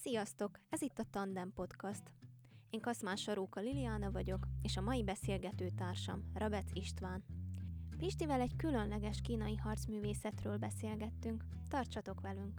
Sziasztok! Ez itt a Tandem Podcast. Én Kaszmán Saróka Liliana vagyok, és a mai beszélgető társam Rabec István. Pistivel egy különleges kínai harcművészetről beszélgettünk. Tartsatok velünk!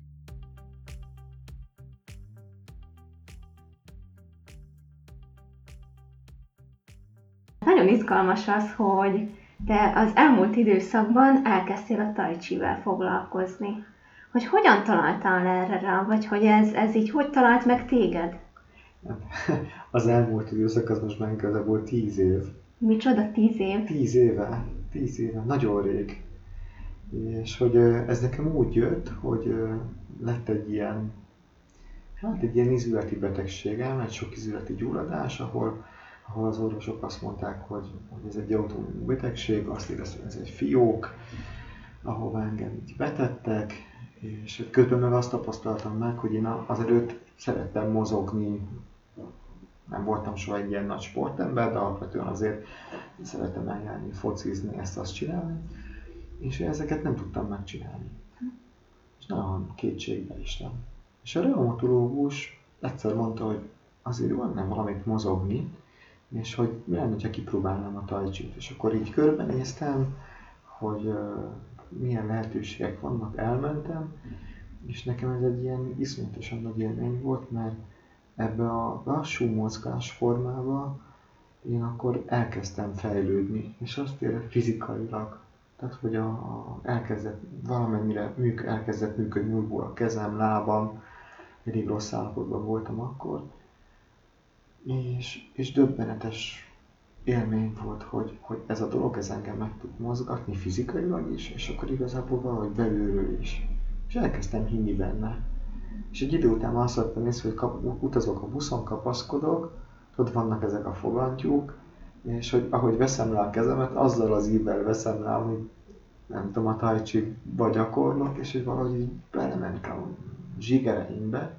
Nagyon izgalmas az, hogy te az elmúlt időszakban elkezdtél a tai chivel foglalkozni. Hogy hogyan találtál erre rá, vagy hogy ez így hogy talált meg téged? Az elmúlt időszak az most már igazából 10 év. Micsoda, 10 év? 10 éve, nagyon rég. És hogy ez nekem úgy jött, hogy lett egy ilyen izületi betegségem, egy sok izületi gyulladás, ahol az orvosok azt mondták, hogy ez egy autoimmun betegség, azt éreztem, hogy ez egy fiók, ahova engem így betettek, és közben meg azt tapasztaltam meg, hogy én azelőtt szerettem mozogni, nem voltam soha egy ilyen nagy sportember, de alapvetően azért szeretem eljárni, focizni, ezt-azt csinálni, és ezeket nem tudtam megcsinálni. És nagyon kétségbe estem. És a reumatológus egyszer mondta, hogy azért jó lenne valamit mozogni, és hogy mi lenne, ha kipróbálnám a tai chit. És akkor így körbenéztem, hogy milyen lehetőségek vannak, elmentem, és nekem ez egy ilyen iszonyatosan nagy élmény volt, mert ebbe a lassú mozgásformába én akkor elkezdtem fejlődni, és azt érem fizikailag, tehát hogy valamennyire elkezdett működni újból a kezem, lábam, elég rossz állapotban voltam akkor, és döbbenetes élmény volt, hogy ez a dolog, ez engem meg tud mozgatni fizikailag is, és akkor igazából valahogy belülről is. És elkezdtem hinni benne. És egy idő után azt vettem észre, hogy utazok a buszon, kapaszkodok, ott vannak ezek a fogantyúk, és hogy ahogy veszem le a kezemet, azzal az ívvel veszem le, hogy nem tudom, a tai chi-ba gyakorlok, és hogy valahogy így belement a zsigereimbe.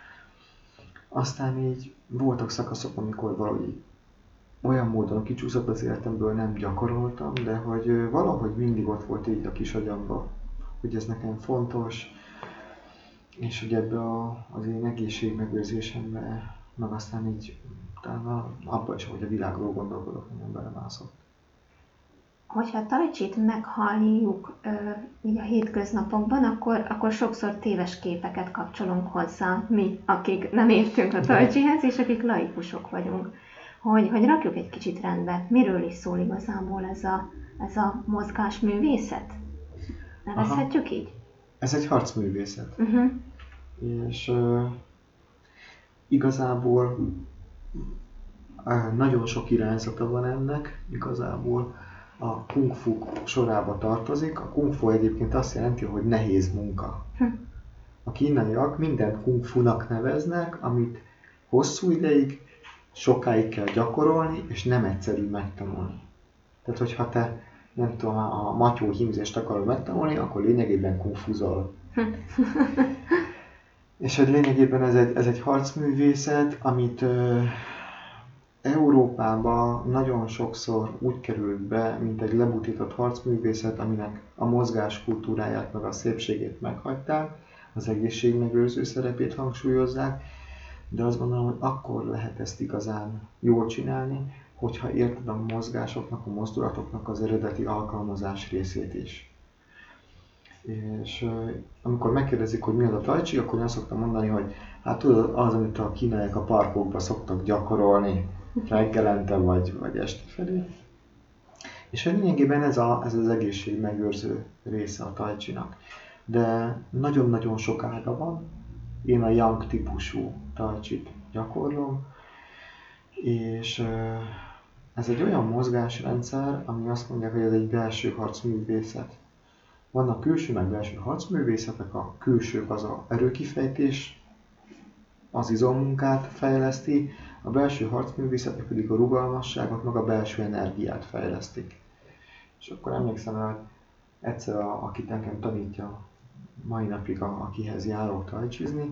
Aztán így voltak szakaszok, amikor valahogy olyan módon kicsúszott az életemből, nem gyakoroltam, de hogy valahogy mindig ott volt így a kis agyamban, hogy ez nekem fontos, és hogy ebbe az én egészségmegőrzésembe, meg aztán így utána abban is, hogy a világról gondolkodok, minden belemászott. Hogyha a tai chit meghalljuk így a hétköznapokban, akkor sokszor téves képeket kapcsolunk hozzá, mi, akik nem értünk a tai chihez, és akik laikusok vagyunk. Hogy rakjuk egy kicsit rendbe, miről is szól igazából ez a mozgásművészet? Nevezhetjük így? Ez egy harcművészet. És igazából nagyon sok irányzata van ennek, igazából a kung fu sorába tartozik. A kung fu egyébként azt jelenti, hogy nehéz munka. A kínaiak minden kung funak neveznek, amit hosszú ideig, sokáig kell gyakorolni, és nem egyszerű megtanulni. Tehát, hogyha te, nem tudom, a matyó hímzést akarod megtanulni, akkor lényegében kung fuzol. És hogy lényegében ez egy harcművészet, amit Európában nagyon sokszor úgy került be, mint egy lebutított harcművészet, aminek a mozgás kultúráját meg a szépségét meghagyták, az egészségmegőrző szerepét hangsúlyozzák, de azt gondolom, hogy akkor lehet ezt igazán jól csinálni, hogyha érted a mozgásoknak, a mozdulatoknak az eredeti alkalmazás részét is. És amikor megkérdezik, hogy mi az a tai chi, akkor én azt szoktam mondani, hogy hát tudod, az, amit a kínaiak a parkokban szoktak gyakorolni reggelente vagy este felé. És lényegében ez az egészségmegőrző része a tai chi-nak. De nagyon-nagyon sok ága van. Én a yang típusú tai chi-t gyakorlom, és ez egy olyan mozgásrendszer, ami azt mondja, hogy ez egy belső harcművészet. Vannak külső meg belső harcművészetek, a külsők az a erőkifejtés, az izommunkát fejleszti, a belső harcművészetek pedig a rugalmasságot, meg a belső energiát fejlesztik. És akkor emlékszem rá, hogy egyszer akit nekem tanítja mai napig, akihez járok tai chizni,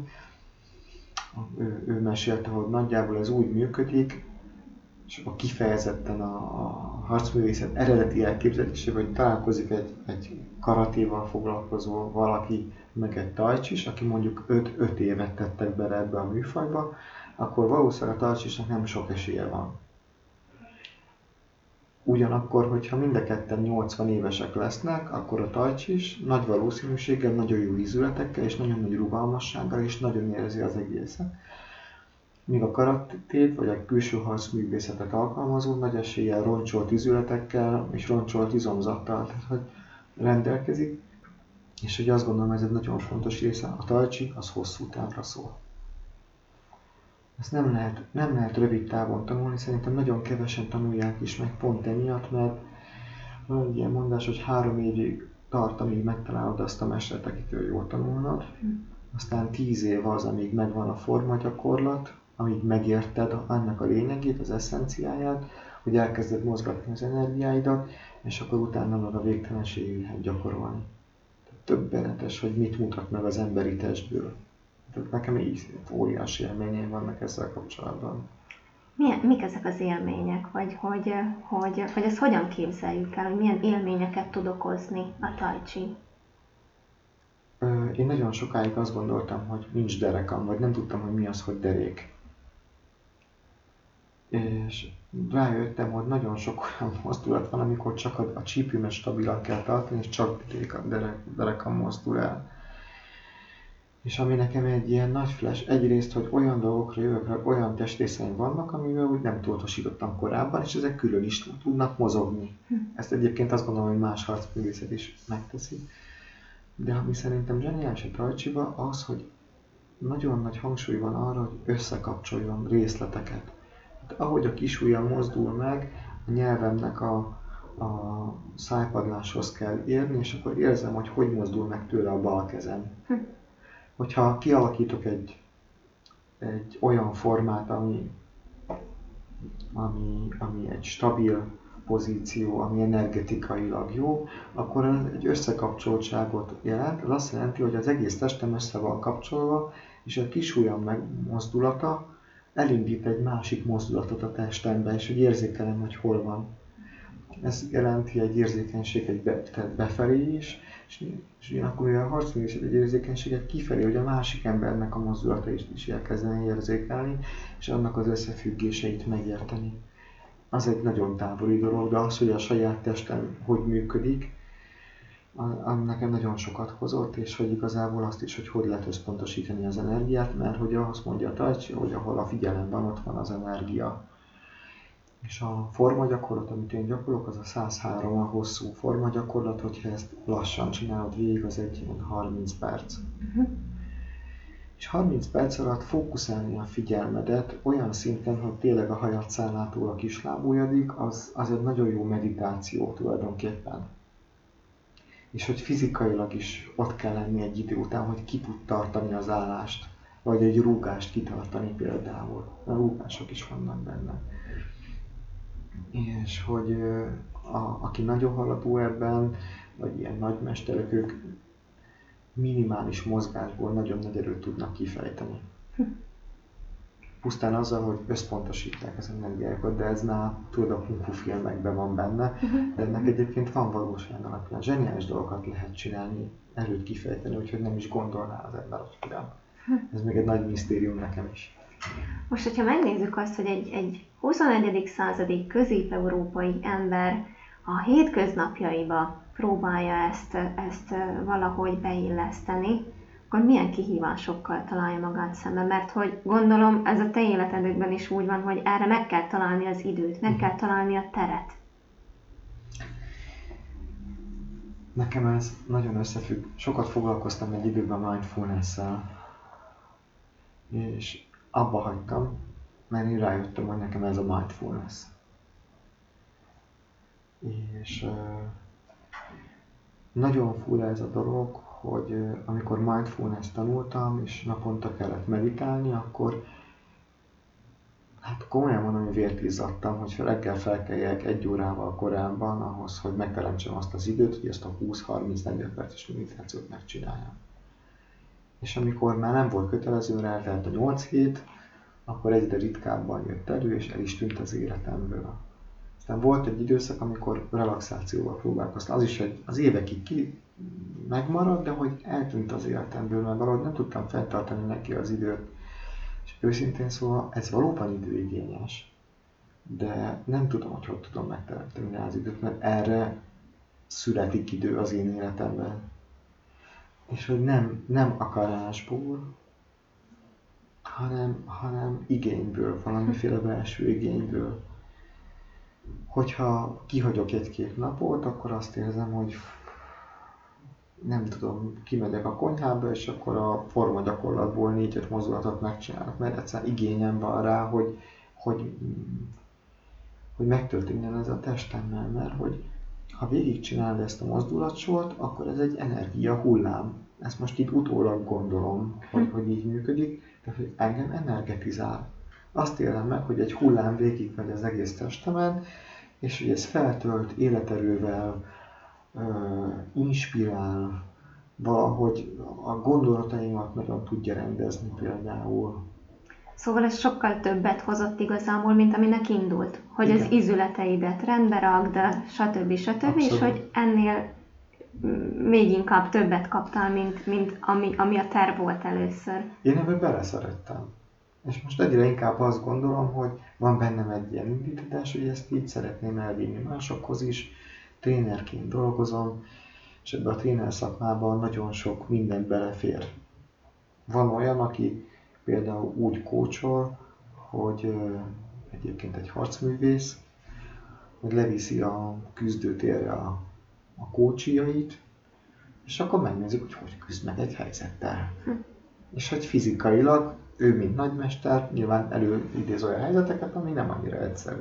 ő mesélte, hogy nagyjából ez úgy működik, és akkor kifejezetten a harcművészet eredeti elképzelésében, hogy találkozik egy karatéval foglalkozó valaki, meg egy tajcsis, aki mondjuk 5 évet tettek bele ebbe a műfajba, akkor valószínűleg a tajcsisnak nem sok esélye van. Ugyanakkor, hogyha mind a ketten 80 évesek lesznek, akkor a tajcsis nagy valószínűséggel, nagyon jó ízületekkel és nagyon nagy rugalmassággal és nagyon érzi az egészet. Míg a karatét vagy a külső harcművészetet alkalmazó nagy eséllyel roncsolt ízületekkel és roncsolt izomzattal rendelkezik, és hogy azt gondolom, ez egy nagyon fontos része, a tajcsi az hosszú távra szól. Ezt nem lehet rövid távon tanulni, szerintem nagyon kevesen tanulják is meg pont emiatt, mert van egy ilyen mondás, hogy 3 évig tart, amíg megtalálod azt a mestert, akitől jól tanulnod, aztán 10 év az, amíg megvan a formagyakorlat, amíg megérted annak a lényegét, az eszenciáját, hogy elkezded mozgatni az energiáidat, és akkor utána meg a végtelenségig lehet gyakorolni. Többenetes, hogy mit mutat meg az emberi testből. Tehát nekem így óriási élményeim vannak ezzel kapcsolatban. Mik ezek az élmények? Vagy ezt hogyan képzeljük el, hogy milyen élményeket tud okozni a tai chi? Én nagyon sokáig azt gondoltam, hogy nincs derekam, vagy nem tudtam, hogy mi az, hogy derék. És rájöttem, hogy nagyon sok olyan mozdulat van, amikor csak a csípőmet stabilan kell tartani, és csak a derekam mozdul el. És ami nekem egy ilyen nagy flash, egyrészt, hogy olyan dolgokra jövök, olyan testrészeim vannak, amivel úgy nem tudatosítottam korábban, és ezek külön is tudnak mozogni. Ezt egyébként azt gondolom, hogy más harcművészet is megteszi. De ami szerintem zseniális a tai chiba, az, hogy nagyon nagy hangsúly van arra, hogy összekapcsoljon részleteket. Hát, ahogy a kisujjam mozdul meg, a nyelvemnek a szájpadláshoz kell érni, és akkor érzem, hogy mozdul meg tőle a bal kezem. Hogyha kialakítok egy olyan formát, ami egy stabil pozíció, ami energetikailag jó, akkor ez egy összekapcsoltságot jelent. Ez azt jelenti, hogy az egész testem össze van kapcsolva, és a kisujjam megmozdulata elindít egy másik mozdulatot a testemben, és hogy érzékelem, hogy hol van. Ez jelenti egy érzékenységet befelé is, és ugyanakkor mivel a harcművészet egy érzékenységet kifelé, hogy a másik embernek a mozdulatait is elkezdeni érzékelni, és annak az összefüggéseit megérteni. Az egy nagyon távoli dolog, de az, hogy a saját testem hogy működik, nekem nagyon sokat hozott, és hogy igazából azt is, hogy lehet összpontosítani az energiát, mert hogy azt mondja a tai chi, hogy ahol a figyelem van, ott van az energia. És a formagyakorlat, amit én gyakorolok, az a 103 a hosszú formagyakorlat, hogyha ezt lassan csinálod végig, az egy 30 perc. És 30 perc alatt fókuszálni a figyelmedet olyan szinten, hogy tényleg a hajadszálától a kislábujjadig, az egy nagyon jó meditáció tulajdonképpen. És hogy fizikailag is ott kell lenni egy idő után, hogy ki tud tartani az állást, vagy egy rúgást kitartani például. A rúgások is vannak benne. És hogy aki nagyon haladó ebben, vagy ilyen nagymesterek, ők minimális mozgásból nagyon nagy erőt tudnak kifejteni. Pusztán azzal, hogy összpontosítják az energiákat, de ez már tudod a kung fu filmekben van benne, de ennek egyébként van valóság alapján. Zseniális dolgokat lehet csinálni, erőt kifejteni, úgyhogy nem is gondolná az ember, hogy hogyan. Ez még egy nagy misztérium nekem is. Most, hogyha megnézzük azt, hogy egy 21. századi közép-európai ember a hétköznapjaiba próbálja ezt valahogy beilleszteni, akkor milyen kihívásokkal találja magát szembe? Mert hogy gondolom, ez a te életedben is úgy van, hogy erre meg kell találni az időt, meg kell találni a teret. Nekem ez nagyon összefügg. Sokat foglalkoztam egy időben mindfulness-szel, és abba hagytam, mert én rájöttem, hogy nekem ez a mindfulness. És nagyon fura ez a dolog, hogy amikor mindfulness tanultam, és naponta kellett meditálni, akkor hát komolyan mondom, hogy vért izzadtam, hogy reggel felkeljek 1 órával korábban ahhoz, hogy megteremtsem azt az időt, hogy ezt a 20-30-40 perces meditációt megcsináljam. És amikor már nem volt kötelező, eltelt a 8 hét, akkor egyre ritkábban jött elő, és el is tűnt az életemből. Aztán volt egy időszak, amikor relaxációval próbálkoztam. Az évekig megmaradt, de hogy eltűnt az életemből, mert valahogy nem tudtam fenntartani neki az időt. És őszintén szóval ez valóban időigényes. De nem tudom, hogy tudom megteremteni rá az időt, mert erre születik idő az én életemben. És hogy nem akarásból, hanem igényből, valamiféle belső igényből. Hogyha kihagyok egy-két napot, akkor azt érzem, hogy nem tudom, kimegyek a konyhába, és akkor a formagyakorlatból 4-5 mozdulatot megcsinálok, mert egyszerűen igényem van rá, hogy megtörténjen ez a testemmel, mert hogy ha végigcsinálod ezt a mozdulatsort, akkor ez egy energia hullám. Ezt most így utólag gondolom, hogy így működik, de hogy engem energetizál. Azt élem meg, hogy egy hullám végigmegy az egész testemen, és hogy ez feltölt életerővel, inspirál, valahogy a gondolataimat nagyon tudja rendezni például. Szóval ez sokkal többet hozott igazából, mint aminek indult. Hogy Igen. az ízületeidet rendbe rakd, stb. És hogy ennél még inkább többet kaptál, mint ami a terv volt először. Én ebbe beleszerettem. És most egyre inkább azt gondolom, hogy van bennem egy ilyen indítás, hogy ezt így szeretném elvinni másokhoz is. Trénerként dolgozom, és ebben a tréner szakmában nagyon sok minden belefér. Van olyan, aki például úgy coachol, hogy egyébként egy harcművész, hogy leviszi a küzdőtérre a coachjait, és akkor megnézzük, hogy küzd meg egy helyzettel. És hogy fizikailag ő, mint nagymester, nyilván előidéz olyan helyzeteket, ami nem annyira egyszerű.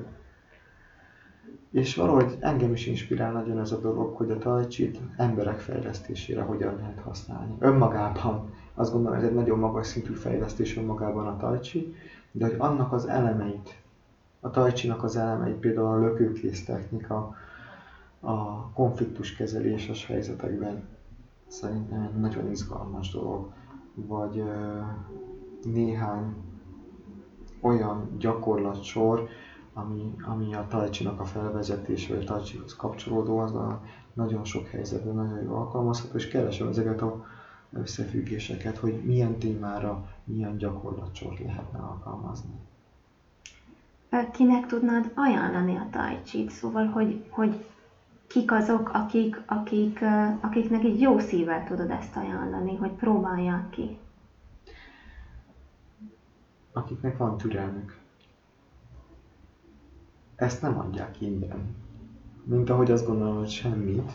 És valahogy engem is inspirál nagyon ez a dolog, hogy a tai chit emberek fejlesztésére hogyan lehet használni. Önmagában azt gondolom, ez egy nagyon magas szintű fejlesztés önmagában a tai chi, de hogy annak az elemeit, a tai chi-nak az elemeit, például a lökőkész technika, a konfliktuskezeléses helyzetekben szerintem egy nagyon izgalmas dolog. Vagy néhány olyan gyakorlatsor, ami a tai chi-nak a felvezetése, vagy a tai chi-hoz kapcsolódó, az nagyon sok helyzetben nagyon jól alkalmazható, és keresem ezeket az összefüggéseket, hogy milyen témára, milyen gyakorlatsort lehetne alkalmazni. Kinek tudnád ajánlani a tai chi-t? Szóval, hogy kik azok, akiknek így jó szívvel tudod ezt ajánlani, hogy próbálják ki? Akiknek van türelmük. Ezt nem adják ingyen. Mint ahogy azt gondolom, hogy semmit.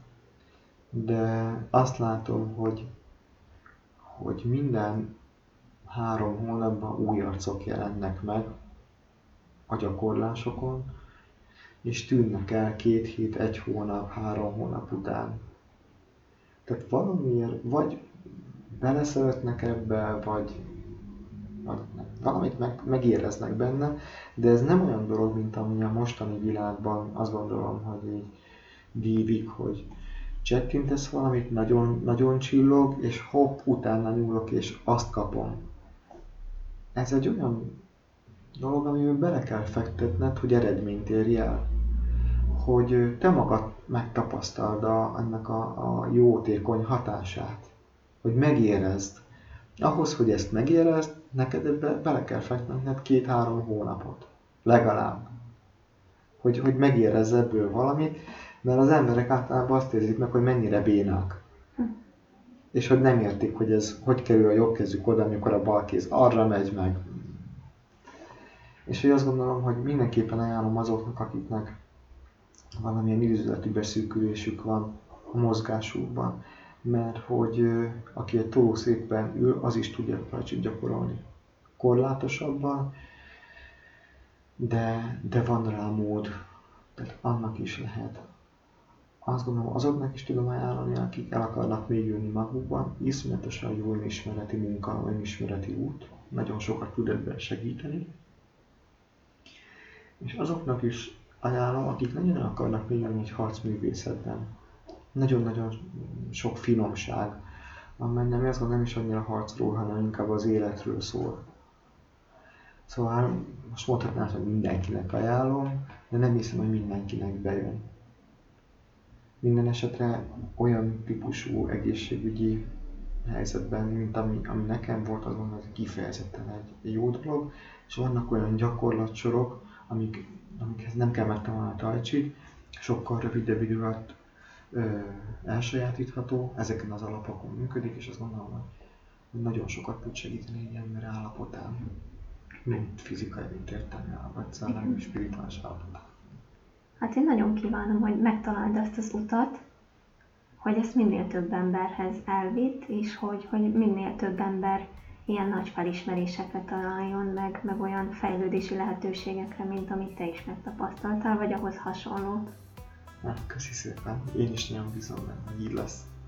De azt látom, hogy minden 3 hónapban új arcok jelennek meg a gyakorlásokon, és tűnnek el 2 hét, 1 hónap, 3 hónap után. Tehát valamiért vagy beleszeretnek ebbe, vagy valamit megéreznek benne, de ez nem olyan dolog, mint ami a mostani világban azt gondolom, hogy így vívik, hogy csettintesz valamit, nagyon, nagyon csillog, és hopp, utána nyúlok, és azt kapom. Ez egy olyan dolog, amiben bele kell fektetned, hogy eredményt érj el. Hogy te magad megtapasztald ennek a jótékony hatását. Hogy megérezd. Ahhoz, hogy ezt megérezd, neked ebbe bele kell fektetned 2-3 hónapot. Legalább. Hogy megérezz ebből valamit, mert az emberek általában azt érzik meg, hogy mennyire bénák. És hogy nem értik, hogy ez hogy kerül a jobb kezük oda, amikor a bal kéz arra megy meg. És hogy azt gondolom, hogy mindenképpen ajánlom azoknak, akiknek valamilyen üzleti beszűkülésük van a mozgásukban, mert hogy aki egy tolószékben ül, az is tudja a tai chit gyakorolni. Korlátosabban, de van rá mód, tehát annak is lehet. Azt gondolom, azoknak is tudom ajánlani, akik el akarnak mélyülni magukban, iszonyatosan jó önismereti munka, önismereti út, nagyon sokat tud ebben segíteni. És azoknak is ajánlom, akik nagyon el akarnak mélyülni egy harcművészetben. Nagyon-nagyon sok finomság van benne, ami azt gondolom nem is annyira harcról, hanem inkább az életről szól. Szóval most mondhatnám, hogy mindenkinek ajánlom, de nem hiszem, hogy mindenkinek bejön. Minden esetre olyan típusú egészségügyi helyzetben, mint ami nekem volt, az mondom, hogy kifejezetten egy jó dolog, és vannak olyan gyakorlatsorok, amikhez nem kell megtanulni a tai chit, sokkal rövidebb idő alatt elsajátítható, ezeken az alapokon működik, és azt gondolom, hogy nagyon sokat tud segíteni egy ember állapotán, mint fizikai, mint értelmi állapot, szellemi, spirituális állapotán. Hát én nagyon kívánom, hogy megtaláld azt az utat, hogy ezt minél több emberhez elvitt, és hogy minél több ember ilyen nagy felismerésekre találjon meg olyan fejlődési lehetőségekre, mint amit te is megtapasztaltál, vagy ahhoz hasonlót. Na, köszi szépen. Én is nagyon bízom benne, hogy így lesz.